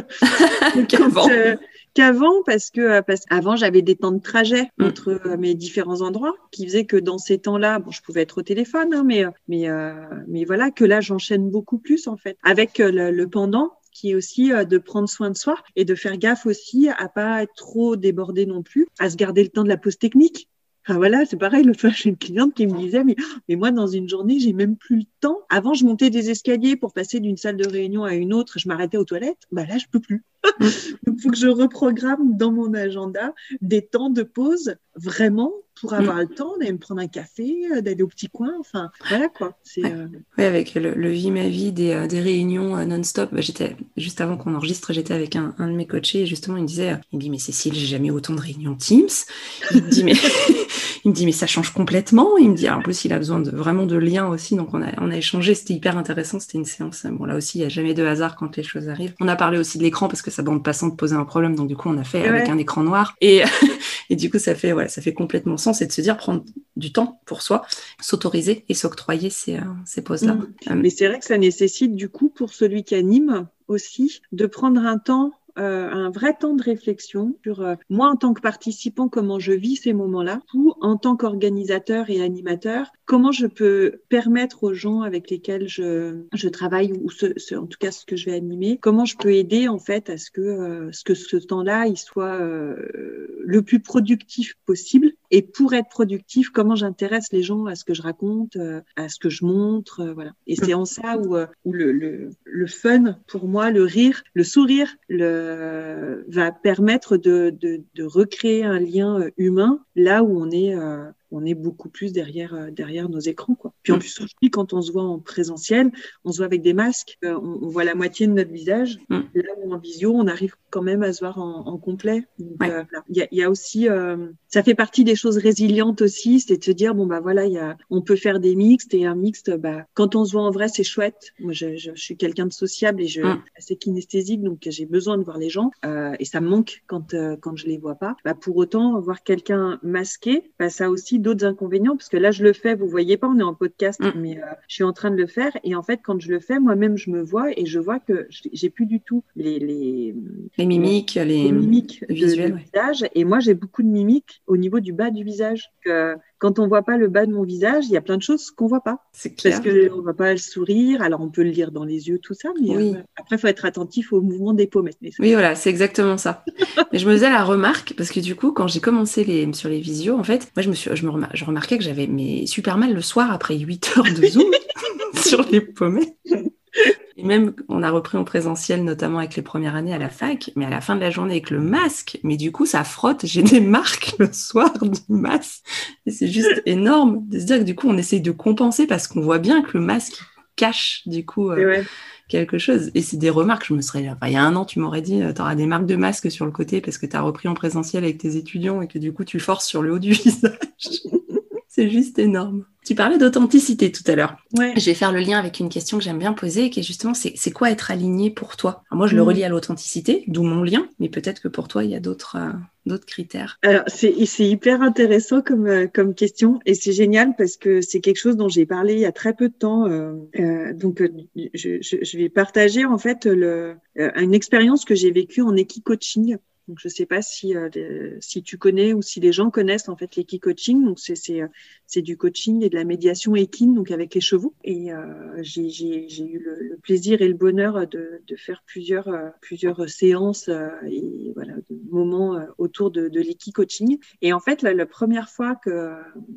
Speaker 2: qu'avant parce qu'avant j'avais des temps de trajet entre mes différents endroits qui faisaient que dans ces temps-là, je pouvais être au téléphone, hein, mais voilà, que là j'enchaîne beaucoup plus en fait avec le pendant qui est aussi de prendre soin de soi et de faire gaffe aussi à pas être trop débordé non plus, à se garder le temps de la pause technique. Enfin, voilà, c'est pareil. L'autre fois, j'ai une cliente qui me disait, mais moi, dans une journée, j'ai même plus le temps. Avant, je montais des escaliers pour passer d'une salle de réunion à une autre. Je m'arrêtais aux toilettes. Là, je peux plus. Donc, il faut que je reprogramme dans mon agenda des temps de pause vraiment pour avoir le temps d'aller me prendre un café, d'aller au petit coin. Enfin, voilà quoi.
Speaker 1: Oui, avec le Vie ma vie des réunions non-stop. J'étais juste avant qu'on enregistre, j'étais avec un de mes coachés et justement il me dit mais Cécile, j'ai jamais eu autant de réunions Teams. Il me dit mais ça change complètement. Il me dit en plus il a besoin vraiment de liens aussi, donc on a échangé, c'était hyper intéressant, c'était une séance. Bon là aussi il y a jamais de hasard quand les choses arrivent. On a parlé aussi de l'écran parce que sa bande passante posait un problème, donc du coup on a fait avec un écran noir et du coup ça fait complètement sens et de se dire prendre du temps pour soi, s'autoriser et s'octroyer ces pauses-là.
Speaker 2: Mais c'est vrai que ça nécessite du coup pour celui qui anime aussi de prendre un vrai temps de réflexion sur moi en tant que participant, comment je vis ces moments-là, ou en tant qu'organisateur et animateur, comment je peux permettre aux gens avec lesquels je travaille ou en tout cas ce que je vais animer, comment je peux aider en fait à ce que ce temps-là il soit le plus productif possible. Et pour être productif, comment j'intéresse les gens à ce que je raconte, à ce que je montre, voilà. Et c'est en ça où le fun, pour moi, le rire, le sourire, va permettre de recréer un lien humain là où on est on est beaucoup plus derrière nos écrans, quoi. Puis en plus, aujourd'hui, quand on se voit en présentiel, on se voit avec des masques, on voit la moitié de notre visage. Là où en visio, on arrive quand même à se voir en complet. Donc, il y a aussi, ça fait partie des choses résilientes aussi, c'est de se dire, bon, bah voilà, on peut faire des mixtes, et un mixte, bah, quand on se voit en vrai, c'est chouette. Moi, je suis quelqu'un de sociable et assez kinesthésique, donc j'ai besoin de voir les gens, et ça me manque quand je les vois pas. Bah, pour autant, voir quelqu'un masqué, bah, ça a aussi d'autres inconvénients, parce que là, je le fais, vous voyez pas, on est en podcast, mais je suis en train de le faire, et en fait, quand je le fais, moi-même, je me vois et je vois que j'ai plus du tout les
Speaker 1: mimiques, les
Speaker 2: mimiques
Speaker 1: visuels,
Speaker 2: de visage, et moi, j'ai beaucoup de mimiques au niveau du bas du visage. Quand on voit pas le bas de mon visage, il y a plein de choses qu'on voit pas.
Speaker 1: C'est clair.
Speaker 2: Parce que on voit pas le sourire, alors on peut le lire dans les yeux, tout ça, mais après, il faut être attentif au mouvement des pommettes.
Speaker 1: Oui, voilà, c'est exactement ça. Mais je me faisais la remarque, parce que du coup, quand j'ai commencé sur les visios, en fait, moi, je remarquais que j'avais super mal le soir après 8 heures de Zoom sur les pommettes. Et même, on a repris en présentiel, notamment avec les premières années à la fac, mais à la fin de la journée avec le masque, mais du coup, ça frotte, j'ai des marques le soir du masque. Et c'est juste énorme de se dire que du coup, on essaye de compenser parce qu'on voit bien que le masque cache, du coup, quelque chose. Et c'est des remarques, il y a un an, tu m'aurais dit, t'auras des marques de masque sur le côté parce que t'as repris en présentiel avec tes étudiants et que du coup, tu forces sur le haut du visage. C'est juste énorme. Tu parlais d'authenticité tout à l'heure.
Speaker 2: Ouais.
Speaker 1: Je vais faire le lien avec une question que j'aime bien poser, qui est justement, c'est quoi être aligné pour toi? Alors moi, je le relie à l'authenticité, d'où mon lien, mais peut-être que pour toi, il y a d'autres critères.
Speaker 2: Alors, c'est hyper intéressant comme question, et c'est génial parce que c'est quelque chose dont j'ai parlé il y a très peu de temps. Donc, je vais partager en fait une expérience que j'ai vécue en équi-coaching. Donc, je sais pas si tu connais ou si les gens connaissent en fait l'équi-coaching. Donc, c'est du coaching et de la médiation équine, donc avec les chevaux. Et j'ai eu le plaisir et le bonheur de faire plusieurs séances et voilà, de moments autour de l'équi-coaching. Et en fait, la première fois que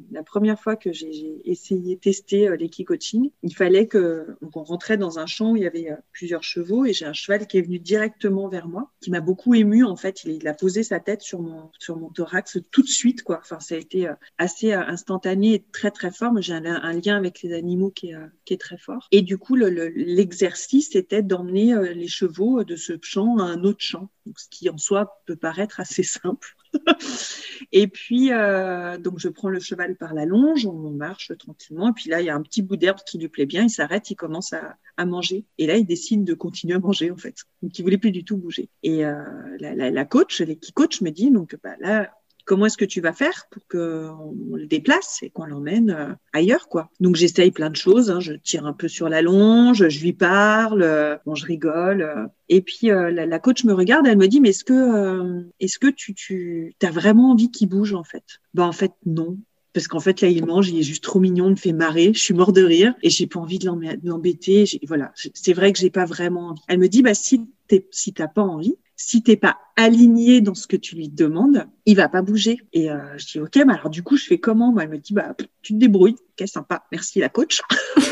Speaker 2: j'ai essayé tester l'équi-coaching, il fallait qu'on rentrait dans un champ où il y avait plusieurs chevaux, et j'ai un cheval qui est venu directement vers moi, qui m'a beaucoup émue en fait. Il a posé sa tête sur mon thorax tout de suite, quoi. Enfin, ça a été assez instantané et très très fort. Moi, j'ai un lien avec les animaux qui est très fort. Et du coup, l'exercice était d'emmener les chevaux de ce champ à un autre champ, donc, ce qui en soi peut paraître assez simple. Et puis, donc je prends le cheval par la longe, on marche tranquillement, et puis là, il y a un petit bout d'herbe qui lui plaît bien, il s'arrête, il commence à manger. Et là, il décide de continuer à manger, en fait. Donc, il voulait plus du tout bouger. Et la coach, l'équi-coach me dit, donc, bah, là, comment est-ce que tu vas faire pour qu'on le déplace et qu'on l'emmène ailleurs, quoi. Donc, j'essaye plein de choses, hein. Je tire un peu sur la longe, je lui parle, bon, je rigole. Et puis, la coach me regarde, elle me dit, mais est-ce que tu as vraiment envie qu'il bouge, en fait? Ben, en fait, non. Parce qu'en fait, là, il mange, il est juste trop mignon, il me fait marrer, je suis mort de rire et j'ai pas envie de l'embêter. Voilà, c'est vrai que j'ai pas vraiment envie. Elle me dit, bah, si t'as pas envie, si t'es pas aligné dans ce que tu lui demandes, il va pas bouger. Et je dis, ok, mais alors du coup, je fais comment? Moi, elle me dit, bah, tu te débrouilles. Ok, sympa. Merci, la coach.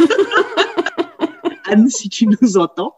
Speaker 2: Anne, si tu nous entends.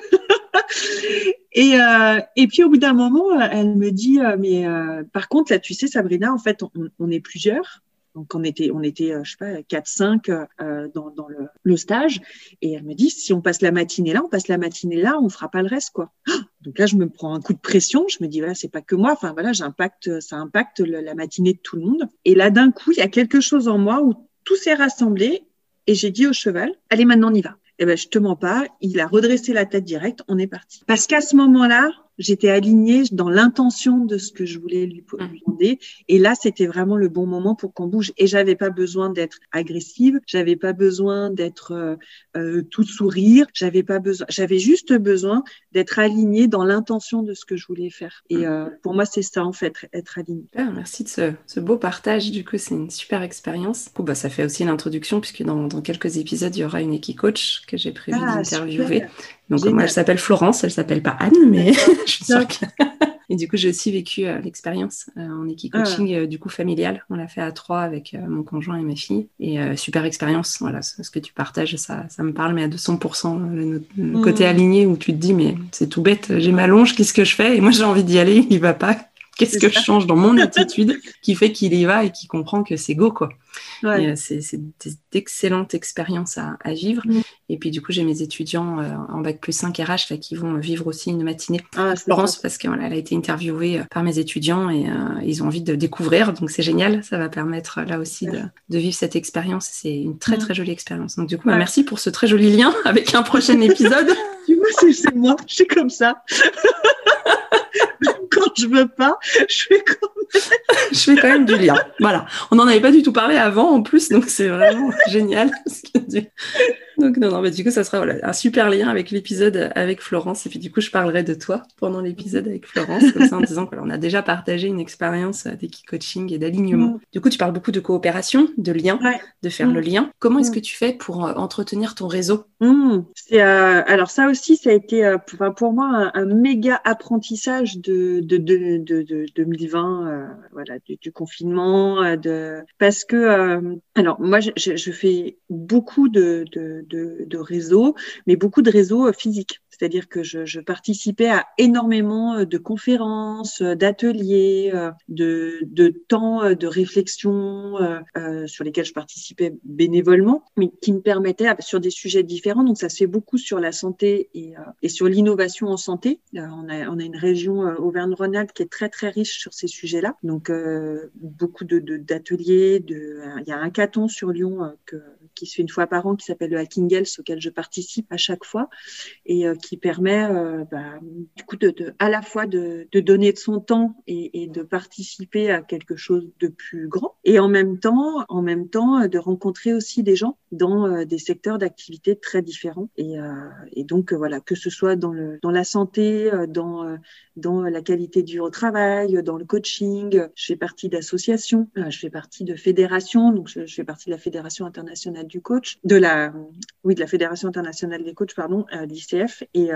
Speaker 2: Et puis au bout d'un moment, elle me dit, mais par contre, là, tu sais, Sabrina, en fait, on est plusieurs. Donc, on était, je sais pas, 4-5 dans le stage. Et elle me dit, si on passe la matinée là, on fera pas le reste, quoi. Donc là, je me prends un coup de pression. Je me dis, voilà, c'est pas que moi. Enfin, voilà, ça impacte la matinée de tout le monde. Et là, d'un coup, il y a quelque chose en moi où tout s'est rassemblé. Et j'ai dit au cheval, allez, maintenant, on y va. Eh ben, je te mens pas. Il a redressé la tête direct. On est parti. Parce qu'à ce moment-là, j'étais alignée dans l'intention de ce que je voulais lui demander. Et là, c'était vraiment le bon moment pour qu'on bouge. Et j'avais pas besoin d'être agressive. J'avais pas besoin d'être tout sourire. J'avais juste besoin d'être alignée dans l'intention de ce que je voulais faire. Et pour moi, c'est ça, en fait, être alignée.
Speaker 1: Ah, merci de ce beau partage. Du coup, c'est une super expérience. Bah, ça fait aussi l'introduction, puisque dans quelques épisodes, il y aura une équi-coach que j'ai prévu d'interviewer.
Speaker 2: Super.
Speaker 1: Donc, moi, elle s'appelle Florence, elle s'appelle pas Anne, mais je suis sûre que... Et du coup, j'ai aussi vécu l'expérience en équi-coaching du coup familial. On l'a fait à 3 avec mon conjoint et ma fille. Et super expérience. Voilà, ce que tu partages, ça me parle, mais à 200%. Le côté aligné où tu te dis, mais c'est tout bête, j'ai ma longe, qu'est-ce que je fais? Et moi, j'ai envie d'y aller, il va pas. Qu'est-ce que je change dans mon attitude qui fait qu'il y va et qui comprend que c'est go, quoi.
Speaker 2: Ouais.
Speaker 1: Et, c'est d'excellentes expériences à vivre. Et puis, du coup, j'ai mes étudiants en bac plus 5 RH là, qui vont vivre aussi une matinée. Florence, parce qu'elle a été interviewée par mes étudiants et ils ont envie de découvrir. Donc, c'est génial. Ça va permettre là aussi de vivre cette expérience. C'est une très, très jolie expérience. Donc, du coup, merci pour ce très joli lien avec un prochain épisode.
Speaker 2: Tu vois, c'est moi. Je suis comme ça. Quand je veux pas, je fais
Speaker 1: quand même du lien. Voilà. On n'en avait pas du tout parlé avant, en plus, donc c'est vraiment génial. Donc, non, du coup, ça sera un super lien avec l'épisode avec Florence. Et puis, du coup, je parlerai de toi pendant l'épisode avec Florence, comme ça, en disant qu'on a déjà partagé une expérience d'équi-coaching et d'alignement. Du coup, tu parles beaucoup de coopération, de lien, de faire le lien. Comment est-ce que tu fais pour entretenir ton réseau?
Speaker 2: Alors, ça aussi, ça a été pour moi un méga apprentissage de 2020, voilà, du confinement, parce que alors moi je fais beaucoup de réseaux, mais beaucoup de réseaux physiques. C'est-à-dire que je participais à énormément de conférences, d'ateliers, de temps de réflexion sur lesquels je participais bénévolement, mais qui me permettaient sur des sujets différents. Donc ça se fait beaucoup sur la santé et sur l'innovation en santé. On a une région Auvergne-Rhône-Alpes qui est très très riche sur ces sujets-là. Donc beaucoup d'ateliers. Il y a un hackathon sur Lyon qui se fait une fois par an, qui s'appelle le Hacking Health, auquel je participe à chaque fois, et qui permet du coup à la fois de donner de son temps et de participer à quelque chose de plus grand, et en même temps de rencontrer aussi des gens dans des secteurs d'activité très différents, et donc voilà, que ce soit dans la santé, dans la qualité du travail, dans le coaching. Je fais partie d'associations, je fais partie de fédérations, donc je fais partie de la Fédération internationale du coach, de la Fédération internationale des coachs, l'ICF, et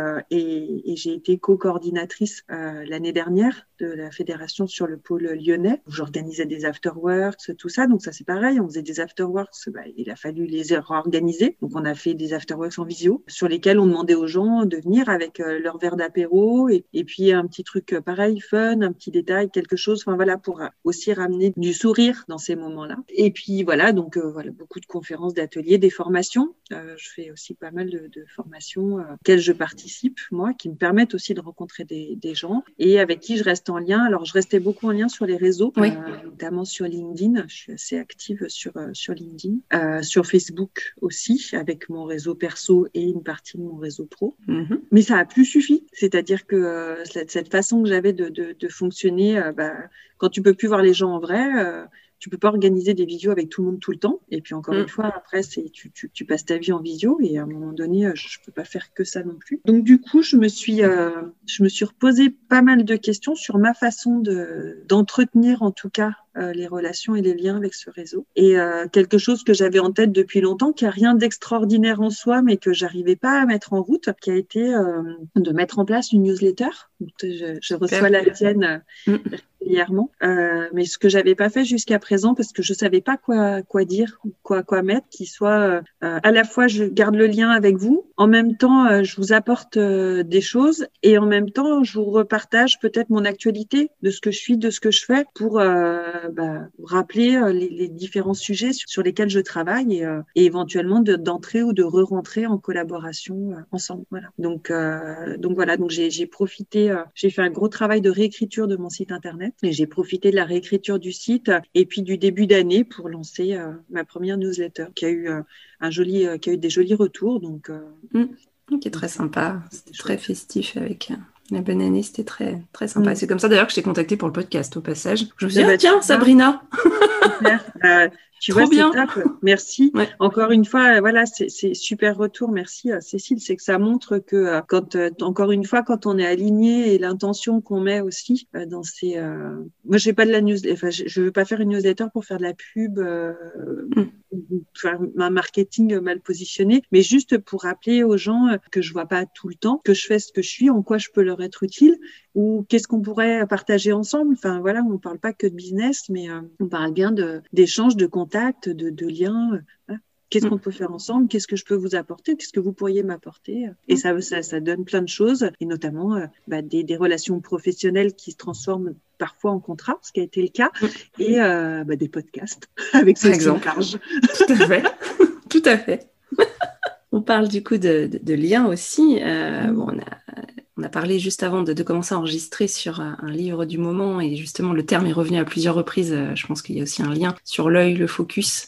Speaker 2: j'ai été co-coordinatrice l'année dernière de la fédération sur le pôle lyonnais, où j'organisais des afterworks, tout ça. Donc ça, c'est pareil, on faisait des afterworks, il a fallu les réorganiser. Donc on a fait des afterworks en visio, sur lesquels on demandait aux gens de venir avec leur verre d'apéro, et puis un petit truc pareil, fun, un petit détail, quelque chose, voilà, pour aussi ramener du sourire dans ces moments-là. Et puis voilà, donc voilà, beaucoup de conférences, d'ateliers, des formations. Je fais aussi pas mal de formations auxquelles je participe, moi, qui me permettent aussi de rencontrer des gens et avec qui je reste en lien. Alors, je restais beaucoup en lien sur les réseaux, notamment sur LinkedIn. Je suis assez active sur LinkedIn. Sur Facebook aussi, avec mon réseau perso et une partie de mon réseau pro. Mais ça a plus suffi. C'est-à-dire que cette façon que j'avais de fonctionner, quand tu peux plus voir les gens en vrai, tu peux pas organiser des visios avec tout le monde tout le temps. Et puis encore une fois, après, tu passes ta vie en visio, et à un moment donné, je peux pas faire que ça non plus. Donc du coup, je me suis reposé pas mal de questions sur ma façon d'entretenir en tout cas les relations et les liens avec ce réseau. Et quelque chose que j'avais en tête depuis longtemps, qui a rien d'extraordinaire en soi, mais que j'arrivais pas à mettre en route, qui a été de mettre en place une newsletter. Donc, je reçois la tienne régulièrement, mais ce que j'avais pas fait jusqu'à présent, parce que je savais pas quoi dire, quoi mettre, qui soit à la fois je garde le lien avec vous, en même temps je vous apporte des choses, et en même temps je vous repartage peut-être mon actualité de ce que je suis, de ce que je fais, pour rappeler les différents sujets sur lesquels je travaille, et éventuellement d'entrer ou de re-rentrer en collaboration ensemble. Voilà. Donc voilà, donc j'ai profité, j'ai fait un gros travail de réécriture de mon site internet, et j'ai profité de la réécriture du site et puis du début d'année pour lancer ma première newsletter qui a eu des jolis retours. Donc
Speaker 1: qui est très sympa. C'était très festif avec la bonne année, c'était très très sympa. C'est comme ça d'ailleurs que je t'ai contacté pour le podcast au passage. Je me suis dit, tiens, Sabrina.
Speaker 2: Tu vois, c'est top. Merci. Ouais. Encore une fois, voilà, c'est super retour. Merci, Cécile. C'est que ça montre que encore une fois, quand on est aligné, et l'intention qu'on met aussi dans ces. Moi, j'ai pas de la newsletter. Enfin, je veux pas faire une newsletter pour faire de la pub, faire un marketing mal positionné, mais juste pour rappeler aux gens que je vois pas tout le temps, que je fais ce que je suis, en quoi je peux leur être utile, ou qu'est-ce qu'on pourrait partager ensemble. Enfin voilà, on parle pas que de business, mais on parle bien d'échanges, de contacts, de liens. qu'est-ce qu'on peut faire ensemble, qu'est-ce que je peux vous apporter, qu'est-ce que vous pourriez m'apporter. Et ça donne plein de choses, et notamment des relations professionnelles qui se transforment parfois en contrat, ce qui a été le cas, et des podcasts avec ce exemple large.
Speaker 1: Tout à fait, tout à fait. On parle du coup de liens aussi. On a parlé juste avant de commencer à enregistrer sur un livre du moment, et justement le terme est revenu à plusieurs reprises. Je pense qu'il y a aussi un lien sur l'œil, le focus.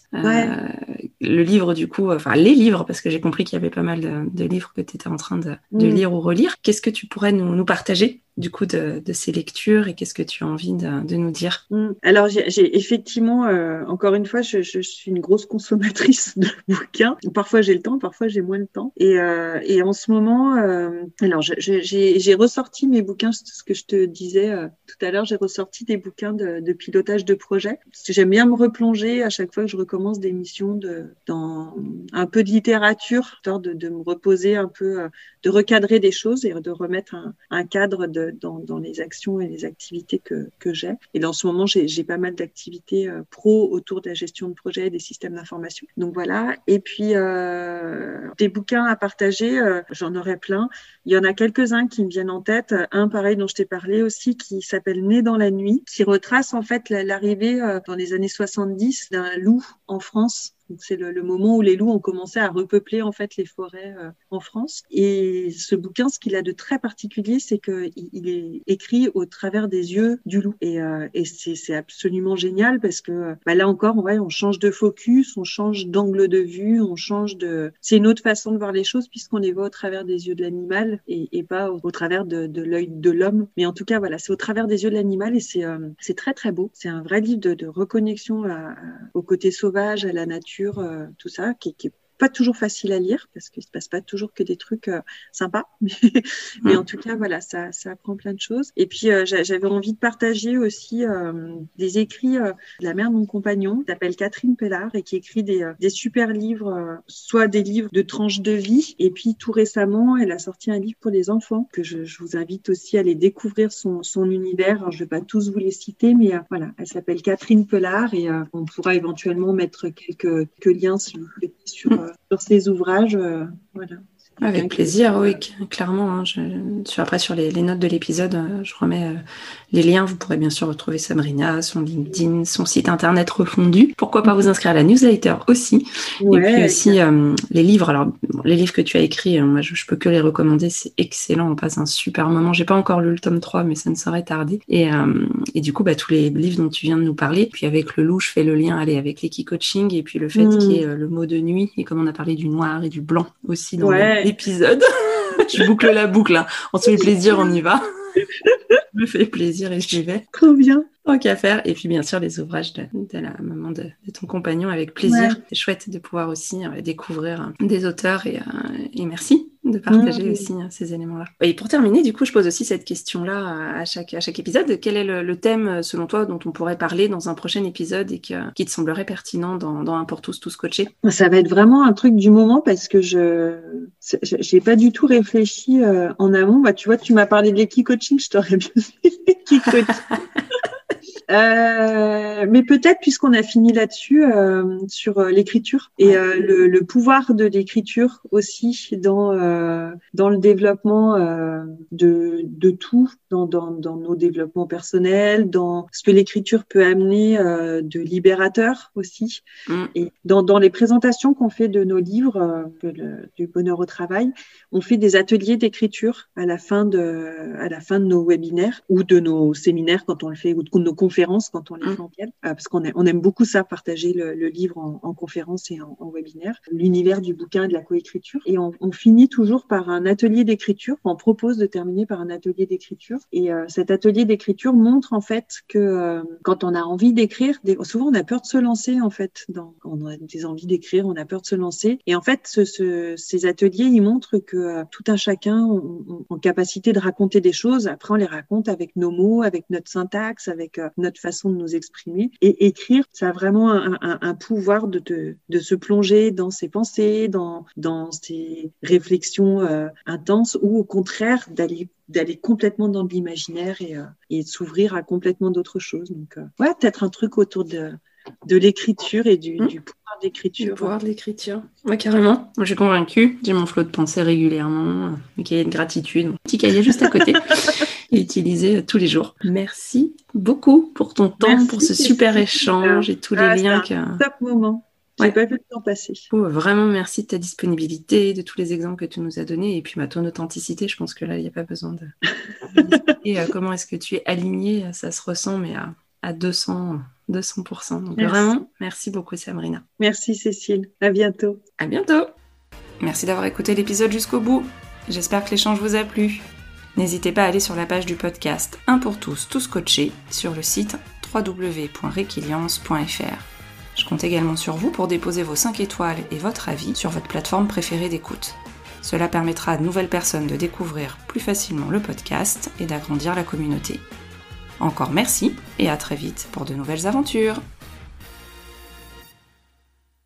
Speaker 1: Le livre du coup, les livres, parce que j'ai compris qu'il y avait pas mal de livres que tu étais en train de lire ou relire. Qu'est-ce que tu pourrais nous partager du coup de ces lectures, et qu'est-ce que tu as envie de nous dire?
Speaker 2: Alors j'ai effectivement, encore une fois, je suis une grosse consommatrice de bouquins. Parfois j'ai le temps, parfois j'ai moins le temps. Et en ce moment, alors j'ai ressorti mes bouquins, ce que je te disais tout à l'heure, j'ai ressorti des bouquins de pilotage de projet. Parce que j'aime bien me replonger à chaque fois que je recommence des missions dans un peu de littérature, histoire de me reposer un peu, de recadrer des choses et de remettre un cadre dans les actions et les activités que j'ai. Et là, en ce moment, j'ai pas mal d'activités pro autour de la gestion de projet et des systèmes d'information. Donc voilà. Et puis, des bouquins à partager, j'en aurais plein. Il y en a quelques-uns qui me viennent en tête. Un, pareil, dont je t'ai parlé aussi, qui s'appelle Né dans la nuit, qui retrace en fait l'arrivée dans les années 70 d'un loup en France. Donc, c'est le moment où les loups ont commencé à repeupler en fait les forêts en France. Et ce bouquin, ce qu'il a de très particulier, c'est qu'il est écrit au travers des yeux du loup. Et c'est absolument génial parce que là encore, on change de focus, on change d'angle de vue, c'est une autre façon de voir les choses puisqu'on les voit au travers des yeux de l'animal et pas au travers de l'œil de l'homme. Mais en tout cas, voilà, c'est au travers des yeux de l'animal et c'est très très beau. C'est un vrai livre de reconnexion au côté sauvage, à la nature. Tout ça, qui est pas toujours facile à lire parce qu'il se passe pas toujours que des trucs sympas, mais en tout cas voilà, ça apprend plein de choses. Et puis j'avais envie de partager aussi des écrits de la mère de mon compagnon, qui s'appelle Catherine Pellard et qui écrit des super livres, soit des livres de tranches de vie, et puis tout récemment elle a sorti un livre pour les enfants que je vous invite aussi à aller découvrir son univers. Alors, je vais pas tous vous les citer, mais voilà, elle s'appelle Catherine Pellard et on pourra éventuellement mettre quelques liens si vous voulez sur ces ouvrages, voilà.
Speaker 1: Avec plaisir, oui, clairement. Hein, après, sur les notes de l'épisode, je remets les liens. Vous pourrez bien sûr retrouver Sabrina, son LinkedIn, son site internet refondu. Pourquoi pas vous inscrire à la newsletter aussi. Ouais, et puis aussi les livres. Alors, les livres que tu as écrits, moi, je peux que les recommander. C'est excellent. On passe un super moment. J'ai pas encore lu le tome 3, mais ça ne saurait tarder. Et du coup, tous les livres dont tu viens de nous parler. Puis avec le loup, je fais le lien avec l'Eki-Coaching et puis le fait qu'il y ait le mot de nuit et comme on a parlé du noir et du blanc aussi dans l'épisode. Je boucle la boucle, hein. On se fait plaisir, on y va. Je me fais plaisir et j'y vais.
Speaker 2: Trop bien.
Speaker 1: Tant qu'à faire. Et puis bien sûr les ouvrages de la maman de ton compagnon, avec plaisir. Ouais. C'est chouette de pouvoir aussi découvrir des auteurs et merci de partager aussi ces éléments-là. Et pour terminer, du coup, je pose aussi cette question-là à chaque épisode. Quel est le thème, selon toi, dont on pourrait parler dans un prochain épisode et qui te semblerait pertinent dans Un pour tous coachés?
Speaker 2: Ça va être vraiment un truc du moment parce que j'ai pas du tout réfléchi en amont. Tu vois, tu m'as parlé de l'Eki-Coaching, je t'aurais bien dit l'Eki-Coaching. Mais peut-être, puisqu'on a fini là-dessus, sur l'écriture et le pouvoir de l'écriture aussi dans le développement de tout, dans nos développements personnels, dans ce que l'écriture peut amener de libérateur aussi. Et dans les présentations qu'on fait de nos livres, du bonheur au travail, on fait des ateliers d'écriture à la fin de nos webinaires ou de nos séminaires quand on le fait, ou de nos conférences quand on les fait en live, parce qu'on aime beaucoup ça, partager le livre en conférence et en webinaire, l'univers du bouquin et de la coécriture. Et on finit toujours par un atelier d'écriture. On propose de terminer par un atelier d'écriture. Et cet atelier d'écriture montre en fait que quand on a envie d'écrire, souvent on a peur de se lancer en fait. On a des envies d'écrire, on a peur de se lancer. Et en fait, ces ateliers, ils montrent que tout un chacun en capacité de raconter des choses. Après, on les raconte avec nos mots, avec notre syntaxe, avec notre façon de nous exprimer. Et écrire, ça a vraiment un pouvoir de se plonger dans ses pensées, dans ses réflexions intenses, ou au contraire d'aller complètement dans de l'imaginaire et de s'ouvrir à complètement d'autres choses. Donc, peut-être un truc autour de l'écriture et du pouvoir d'écriture.
Speaker 1: Le pouvoir de l'écriture. Ouais, carrément. Moi, je suis convaincue. J'ai mon flot de pensée régulièrement, mes cahiers de gratitude, mon petit cahier juste à côté, et utilisé tous les jours. Merci beaucoup pour ton temps,
Speaker 2: Merci,
Speaker 1: pour ce super
Speaker 2: Cécile.
Speaker 1: échange et tous les liens
Speaker 2: C'est
Speaker 1: que...
Speaker 2: un top moment. J'ai
Speaker 1: Ouais.
Speaker 2: pas vu le temps passer.
Speaker 1: Vraiment, merci de ta disponibilité, de tous les exemples que tu nous as donnés, et puis ton authenticité. Je pense que là, il n'y a pas besoin de discuter comment est-ce que tu es aligné. Ça se ressent, mais à 200%. Donc
Speaker 2: Merci.
Speaker 1: vraiment, merci beaucoup, Sabrina.
Speaker 2: Merci, Cécile. À bientôt.
Speaker 1: À bientôt. Merci d'avoir écouté l'épisode jusqu'au bout. J'espère que l'échange vous a plu. N'hésitez pas à aller sur la page du podcast Un pour tous, tous coachés, sur le site www.requiliance.fr. Je compte également sur vous pour déposer vos 5 étoiles et votre avis sur votre plateforme préférée d'écoute. Cela permettra à de nouvelles personnes de découvrir plus facilement le podcast et d'agrandir la communauté. Encore merci et à très vite pour de nouvelles aventures.